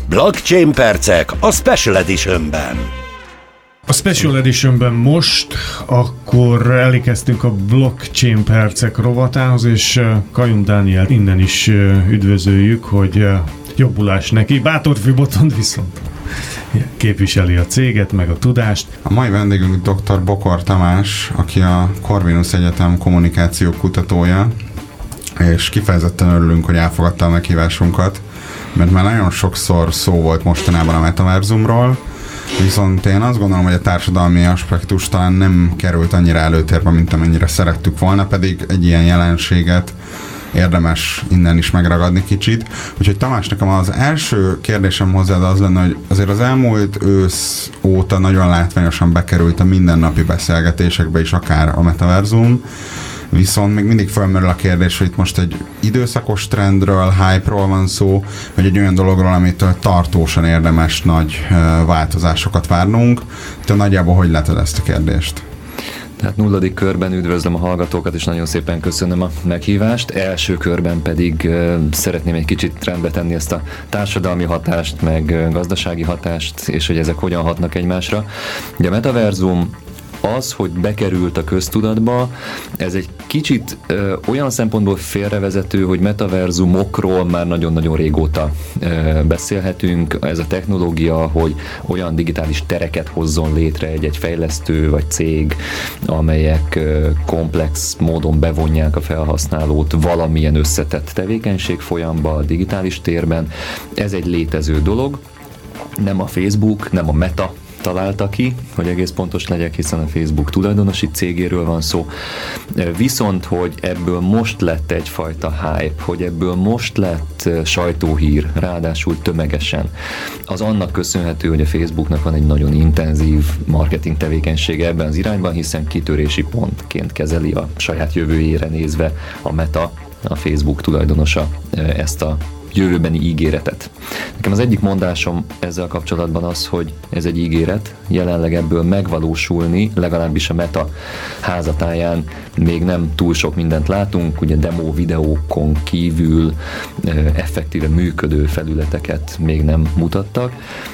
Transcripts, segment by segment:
Blockchain percek a Special Editionben. A Special Editionben most akkor elérkeztünk a Blockchain percek rovatához, és Kajun Dánielt innen is üdvözöljük, hogy jobbulás neki. Bátorfű Botond viszont képviseli a céget, meg a tudást. A mai vendégünk dr. Bokor Tamás, aki a Corvinus Egyetem kommunikáció kutatója, és kifejezetten örülünk, hogy elfogadta a meghívásunkat, mert már nagyon sokszor szó volt mostanában a metaverzumról, viszont én azt gondolom, hogy a társadalmi aspektus talán nem került annyira előtérbe, mint amennyire szerettük volna, pedig egy ilyen jelenséget érdemes innen is megragadni kicsit. Úgyhogy Tamás, nekem az első kérdésem hozzád az lenne, hogy azért az elmúlt ősz óta nagyon látványosan bekerült a mindennapi beszélgetésekbe is akár a metaverzum, viszont még mindig felmerül a kérdés, hogy itt most egy időszakos trendről, hype-ról van szó, vagy egy olyan dologról, amitől tartósan érdemes nagy változásokat várnunk. Te nagyjából hogy látod ezt a kérdést? Tehát nulladik körben üdvözlöm a hallgatókat, és nagyon szépen köszönöm a meghívást. Első körben pedig szeretném egy kicsit rendbe tenni ezt a társadalmi hatást, meg gazdasági hatást, és hogy ezek hogyan hatnak egymásra. Ugye a metaverzum az, hogy bekerült a köztudatba, ez egy kicsit olyan szempontból félrevezető, hogy metaverzumokról már nagyon-nagyon régóta beszélhetünk. Ez a technológia, hogy olyan digitális tereket hozzon létre egy fejlesztő vagy cég, amelyek komplex módon bevonják a felhasználót valamilyen összetett tevékenység folyamba a digitális térben. Ez egy létező dolog. Nem a Facebook, nem a Meta találta ki, hogy egész pontos legyek, hiszen a Facebook tulajdonosi cégéről van szó. Viszont, hogy ebből most lett egyfajta hype, hogy ebből most lett sajtóhír, ráadásul tömegesen, az annak köszönhető, hogy a Facebooknak van egy nagyon intenzív marketing tevékenysége ebben az irányban, hiszen kitörési pontként kezeli a saját jövőjére nézve a Meta, a Facebook tulajdonosa ezt a jövőbeni ígéretet. Nekem az egyik mondásom ezzel kapcsolatban az, hogy ez egy ígéret, jelenleg ebből megvalósulni, legalábbis a Meta házatáján még nem túl sok mindent látunk, ugye demo videókon kívül effektíve működő felületeket még nem mutattak,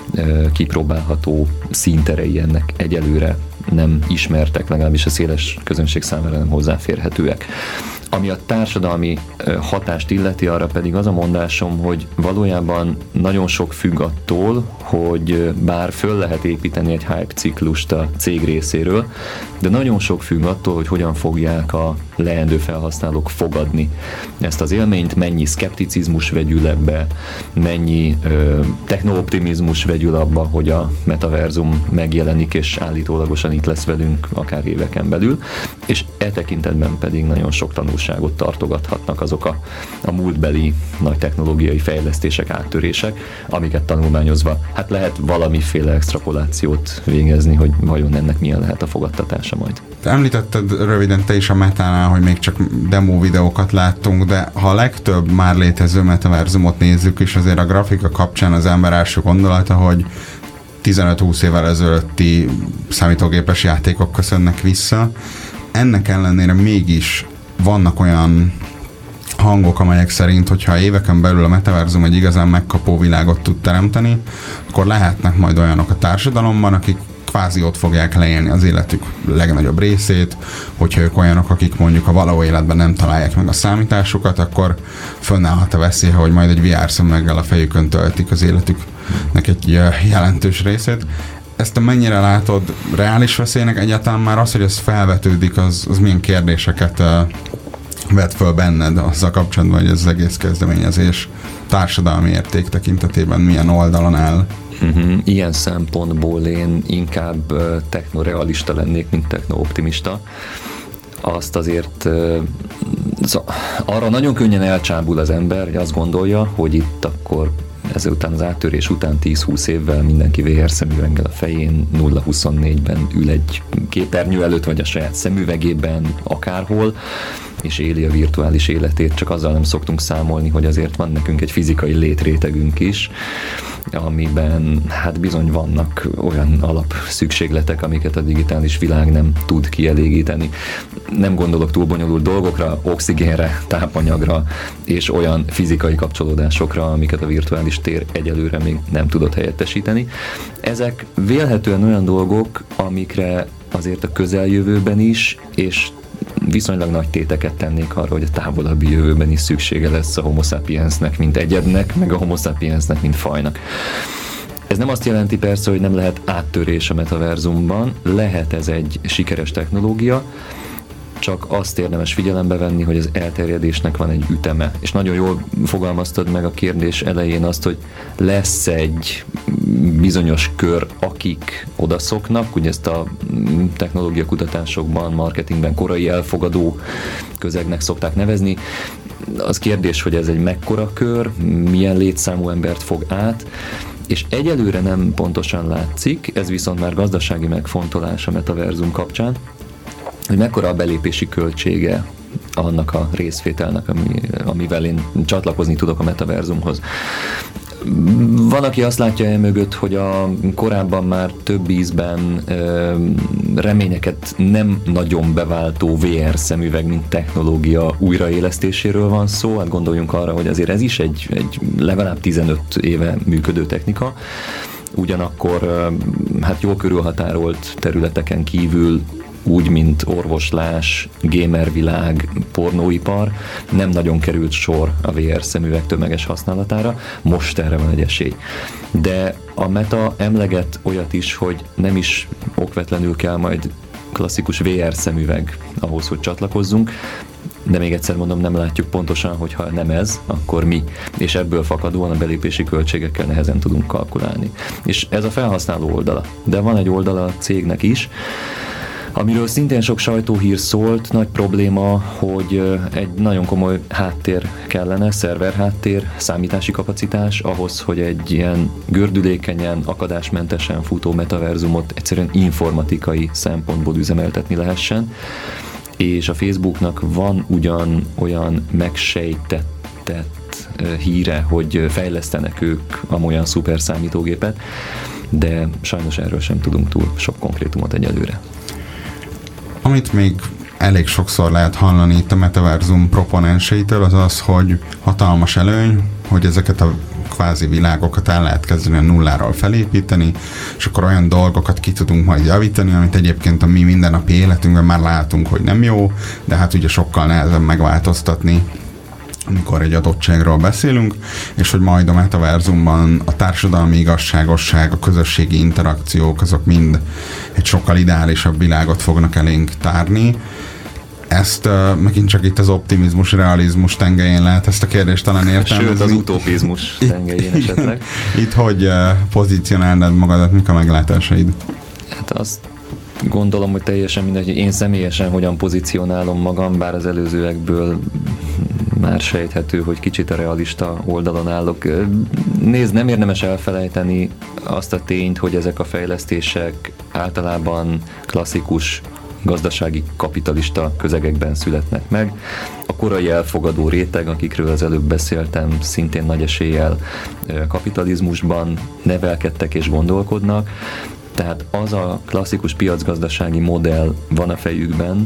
kipróbálható színterei ennek egyelőre nem ismertek, legalábbis a széles közönség számára nem hozzáférhetőek. Ami a társadalmi hatást illeti, arra pedig az a mondásom, hogy valójában nagyon sok függ attól, hogy bár föl lehet építeni egy hype ciklust a cég részéről, de nagyon sok függ attól, hogy hogyan fogják a leendő felhasználók fogadni ezt az élményt, mennyi szkepticizmus vegyül ebbe, mennyi technooptimizmus vegyül abba, hogy a metaverzum megjelenik, és állítólagosan itt lesz velünk akár éveken belül, és e tekintetben pedig nagyon sok tanulságot tartogathatnak azok a múltbeli nagy technológiai fejlesztések, áttörések, amiket tanulmányozva hát lehet valamiféle extrapolációt végezni, hogy vajon ennek milyen lehet a fogadtatása majd. Említetted röviden te is a Metánál, hogy még csak demo videókat láttunk, de ha a legtöbb már létező metaverzumot nézzük, és azért a grafika kapcsán az ember első gondolata, hogy 15-20 évvel ezelőtti számítógépes játékok köszönnek vissza. Ennek ellenére mégis vannak olyan hangok, amelyek szerint, hogyha éveken belül a metaverzum egy igazán megkapó világot tud teremteni, akkor lehetnek majd olyanok a társadalomban, akik kvázi ott fogják leélni az életük legnagyobb részét, hogyha ők olyanok, akik mondjuk a való életben nem találják meg a számításukat, akkor fönnállhat a veszélye, hogy majd egy VR szemüveggel a fejükön töltik az életüknek egy jelentős részét. Ezt te mennyire látod reális veszélynek? Egyáltalán már az, hogy ez felvetődik, az milyen kérdéseket vet föl benned azzal kapcsolatban, hogy ez az egész kezdeményezés társadalmi érték tekintetében milyen oldalon áll? Ilyen szempontból én inkább technorealista lennék, mint technooptimista. Azt azért arra nagyon könnyen elcsábul az ember, hogy azt gondolja, hogy itt akkor ezután az áttörés után 10-20 évvel mindenki VR szemüveggel a fején, 0-24-ben ül egy képernyő előtt, vagy a saját szemüvegében, akárhol, és éli a virtuális életét, csak azzal nem szoktunk számolni, hogy azért van nekünk egy fizikai létrétegünk is, amiben hát bizony vannak olyan alapszükségletek, amiket a digitális világ nem tud kielégíteni. Nem gondolok túl bonyolult dolgokra, oxigénre, tápanyagra és olyan fizikai kapcsolódásokra, amiket a virtuális tér egyelőre még nem tudott helyettesíteni. Ezek vélhetően olyan dolgok, amikre azért a közeljövőben is, és viszonylag nagy téteket tennék arra, hogy a távolabbi jövőben is szüksége lesz a Homo sapiensnek, mint egyednek, meg a Homo sapiensnek, mint fajnak. Ez nem azt jelenti persze, hogy nem lehet áttörés a metaverzumban, lehet ez egy sikeres technológia, csak azt érdemes figyelembe venni, hogy az elterjedésnek van egy üteme. És nagyon jól fogalmaztad meg a kérdés elején azt, hogy lesz egy bizonyos kör, akik odaszoknak, ugye ezt a technológia kutatásokban, marketingben korai elfogadó közegnek szokták nevezni. Az kérdés, hogy ez egy mekkora kör, milyen létszámú embert fog át, és egyelőre nem pontosan látszik, ez viszont már gazdasági megfontolás a metaverzum kapcsán, hogy mekkora a belépési költsége annak a részvételnek, amivel én csatlakozni tudok a metaverzumhoz. Van, aki azt látja emögött, hogy a korábban már több ízben reményeket nem nagyon beváltó VR szemüveg, mint technológia újraélesztéséről van szó. Hát gondoljunk arra, hogy azért ez is egy legalább 15 éve működő technika. Ugyanakkor hát jól körülhatárolt területeken kívül úgy, mint orvoslás, gamervilág, pornóipar, nem nagyon került sor a VR szemüveg tömeges használatára, most erre van egy esély. De a Meta emleget olyat is, hogy nem is okvetlenül kell majd klasszikus VR szemüveg ahhoz, hogy csatlakozzunk, de még egyszer mondom, nem látjuk pontosan, hogy ha nem ez, akkor mi. És ebből fakadóan a belépési költségekkel nehezen tudunk kalkulálni. És ez a felhasználó oldala. De van egy oldala a cégnek is, amiről szintén sok sajtóhír szólt. Nagy probléma, hogy egy nagyon komoly háttér kellene, szerverháttér, számítási kapacitás ahhoz, hogy egy ilyen gördülékenyen, akadásmentesen futó metaverzumot egyszerűen informatikai szempontból üzemeltetni lehessen. És a Facebooknak van ugyan olyan megsejtett híre, hogy fejlesztenek ők amolyan szuper számítógépet, de sajnos erről sem tudunk túl sok konkrétumot egyelőre. Amit még elég sokszor lehet hallani itt a metaverzum proponenseitől, az az, hogy hatalmas előny, hogy ezeket a kvázi világokat el lehet kezdeni a nulláról felépíteni, és akkor olyan dolgokat ki tudunk majd javítani, amit egyébként a mi mindennapi életünkben már látunk, hogy nem jó, de hát ugye sokkal nehezebb megváltoztatni, amikor egy adottságról beszélünk, és hogy majd a metaverzumban a társadalmi igazságosság, a közösségi interakciók, azok mind egy sokkal ideálisabb világot fognak elénk tárni. Ezt megint csak itt az optimizmus, realizmus tengelyén lehet ezt a kérdést talán értelmezni. Sőt, az utopizmus tengelyén esetleg. Itt hogy pozícionálnád magadat, mik a meglátásaid? Hát azt gondolom, hogy teljesen mindegy, hogy én személyesen hogyan pozícionálom magam, bár az előzőekből már sejthető, hogy kicsit a realista oldalon állok. Nézd, nem érdemes elfelejteni azt a tényt, hogy ezek a fejlesztések általában klasszikus gazdasági kapitalista közegekben születnek meg. A korai elfogadó réteg, akikről az előbb beszéltem, szintén nagy eséllyel kapitalizmusban nevelkedtek és gondolkodnak. Tehát az a klasszikus piacgazdasági modell van a fejükben,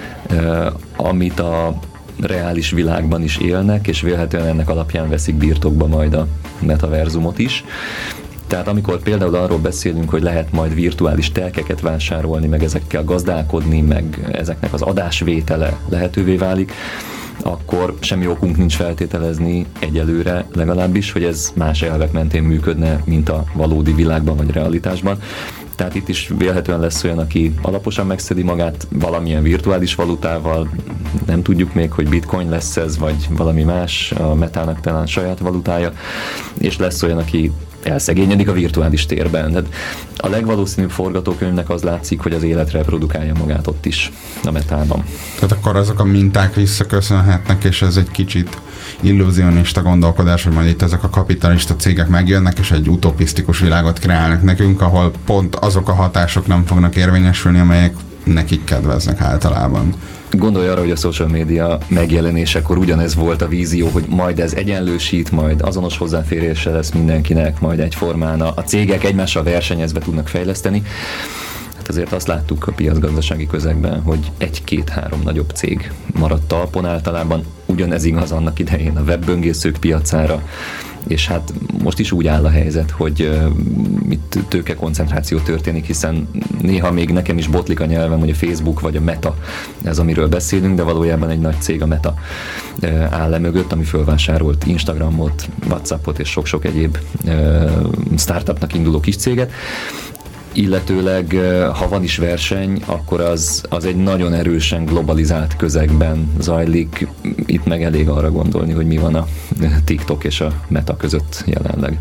amit a reális világban is élnek, és vélhetően ennek alapján veszik birtokba majd a metaverzumot is. Tehát amikor például arról beszélünk, hogy lehet majd virtuális telkeket vásárolni, meg ezekkel gazdálkodni, meg ezeknek az adásvétele lehetővé válik, akkor semmi okunk nincs feltételezni egyelőre legalábbis, hogy ez más elvek mentén működne, mint a valódi világban vagy realitásban. Tehát itt is vélhetően lesz olyan, aki alaposan megszedi magát valamilyen virtuális valutával, nem tudjuk még, hogy bitcoin lesz ez, vagy valami más, a Metának talán saját valutája, és lesz olyan, aki elszegényedik a virtuális térben. Tehát a legvalószínűbb forgatókönyvnek az látszik, hogy az élet reprodukálja magát ott is, a Metában. Tehát akkor azok a minták visszaköszönhetnek, és ez egy kicsit illúzionista gondolkodás, hogy majd itt ezek a kapitalista cégek megjönnek, és egy utopisztikus világot kreálnak nekünk, ahol pont azok a hatások nem fognak érvényesülni, amelyek nekik kedveznek általában. Gondolj arra, hogy a social media megjelenésekor ugyanez volt a vízió, hogy majd ez egyenlősít, majd azonos hozzáférése lesz mindenkinek, majd egyformán a cégek egymással versenyezve tudnak fejleszteni. Hát azért azt láttuk a piacgazdasági közegben, hogy 1-2-3 nagyobb cég maradt talpon általában. Ugyanez igaz annak idején a webböngészők piacára, és hát most is úgy áll a helyzet, hogy itt tőkekoncentráció történik, hiszen néha még nekem is botlik a nyelvem, hogy a Facebook vagy a Meta, ez amiről beszélünk, de valójában egy nagy cég, a Meta áll le mögött, ami fölvásárolt Instagramot, WhatsAppot és sok-sok egyéb startupnak induló kis céget. Illetőleg, ha van is verseny, akkor az egy nagyon erősen globalizált közegben zajlik. Itt meg elég arra gondolni, hogy mi van a TikTok és a Meta között jelenleg.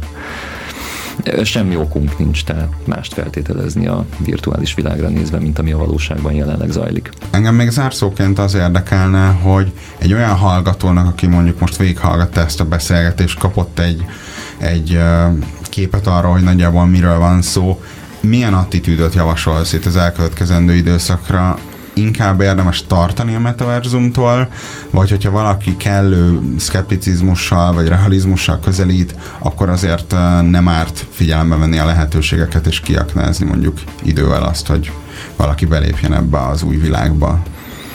Semmi okunk nincs, tehát mást feltételezni a virtuális világra nézve, mint ami a valóságban jelenleg zajlik. Engem még zárszóként az érdekelne, hogy egy olyan hallgatónak, aki mondjuk most végighallgatta ezt a beszélgetést, kapott egy képet arról, hogy nagyjából miről van szó, milyen attitűdöt javasolsz itt az elkövetkezendő időszakra? Inkább érdemes tartani a metaverzumtól, vagy hogyha valaki kellő szkepticizmussal vagy realizmussal közelít, akkor azért nem árt figyelembe venni a lehetőségeket és kiaknázni mondjuk idővel azt, hogy valaki belépjen ebbe az új világba?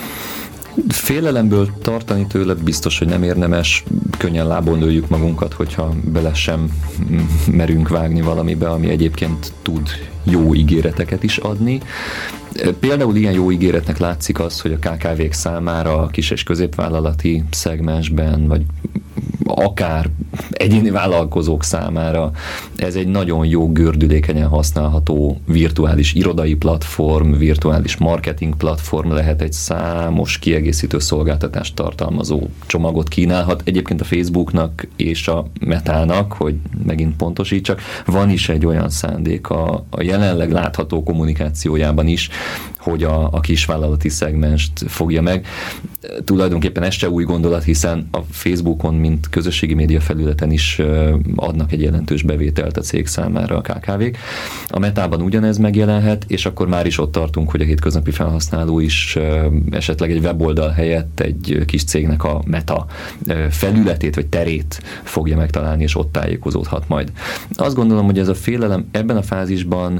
Félelemből tartani tőle biztos, hogy nem érdemes, könnyen lábon lőjük magunkat, hogyha bele sem merünk vágni valamibe, ami egyébként tud jó ígéreteket is adni. Például ilyen jó ígéretnek látszik az, hogy a KKV-k számára, a kis- és középvállalati szegmensben, vagy akár egyéni vállalkozók számára ez egy nagyon jó, gördülékenyen használható virtuális irodai platform, virtuális marketing platform lehet, egy számos kiegészítő szolgáltatást tartalmazó csomagot kínálhat. Egyébként a Facebooknak és a Metának, hogy megint pontosítsak, van is egy olyan szándék a jelenleg látható kommunikációjában is, hogy a kisvállalati szegmenst fogja meg. Tulajdonképpen ez se új gondolat, hiszen a Facebookon, mint közösségi média felületen is adnak egy jelentős bevételt a cég számára a KKV-k. A Metában ugyanez megjelenhet, és akkor már is ott tartunk, hogy a hétköznapi felhasználó is esetleg egy weboldal helyett egy kis cégnek a Meta felületét vagy terét fogja megtalálni, és ott tájékozódhat majd. Azt gondolom, hogy ez a félelem ebben a fázisban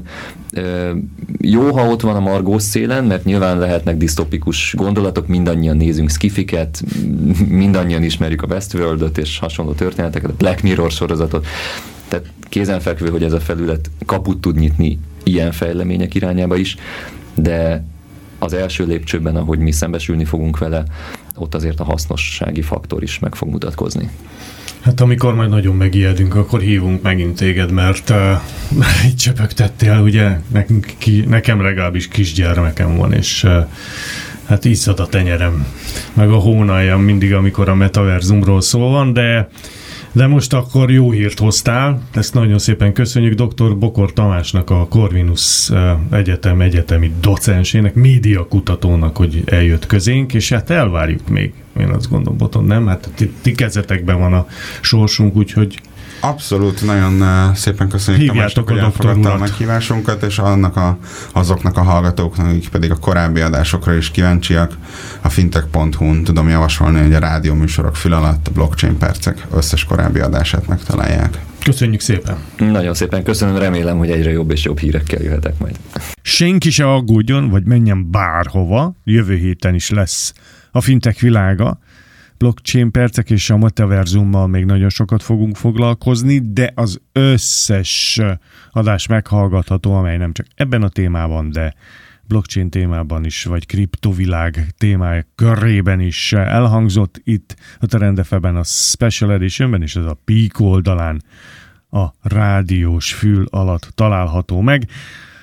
jó, ha ott van a margós szélen, mert nyilván lehetnek disztopikus gondolatok, mindannyian nézünk skifiket, mindannyian ismerjük a Westworld-öt és hasonló történeteket, a Black Mirror sorozatot, tehát kézenfekvő, hogy ez a felület kaput tud nyitni ilyen fejlemények irányába is, de az első lépcsőben, ahogy mi szembesülni fogunk vele, ott azért a hasznossági faktor is meg fog mutatkozni. Hát amikor majd nagyon megijedünk, akkor hívunk megint téged, mert így csöpögtettél, ugye nekem legalábbis kisgyermekem van, és hát izzad a tenyerem, meg a hónaljam mindig, amikor a metaverzumról szó van, de most akkor jó hírt hoztál, ezt nagyon szépen köszönjük dr. Bokor Tamásnak, a Corvinus Egyetem egyetemi docensének, médiakutatónak, hogy eljött közénk, és hát elvárjuk még, én azt gondolom, Boton, nem? Hát ti kezetekben van a sorsunk, úgyhogy abszolút, nagyon szépen köszönjük Tamásnak, hogy elfogadta a meghívásunkat, és azoknak a hallgatóknak, akik pedig a korábbi adásokra is kíváncsiak, a fintech.hu-n tudom javasolni, hogy a rádióműsorok fül alatt a Blockchain Percek összes korábbi adását megtalálják. Köszönjük szépen! Nagyon szépen köszönöm, remélem, hogy egyre jobb és jobb hírekkel jöhetek majd. Senki se aggódjon, vagy menjen bárhova, jövő héten is lesz a fintech világa. Blockchain Percek és a metaverzummal még nagyon sokat fogunk foglalkozni, de az összes adás meghallgatható, amely nem csak ebben a témában, de blockchain témában is, vagy kriptovilág témája körében is elhangzott itt a Trend FM-ben, a Special Editionben, és ez a Peak oldalán a rádiós fül alatt található meg.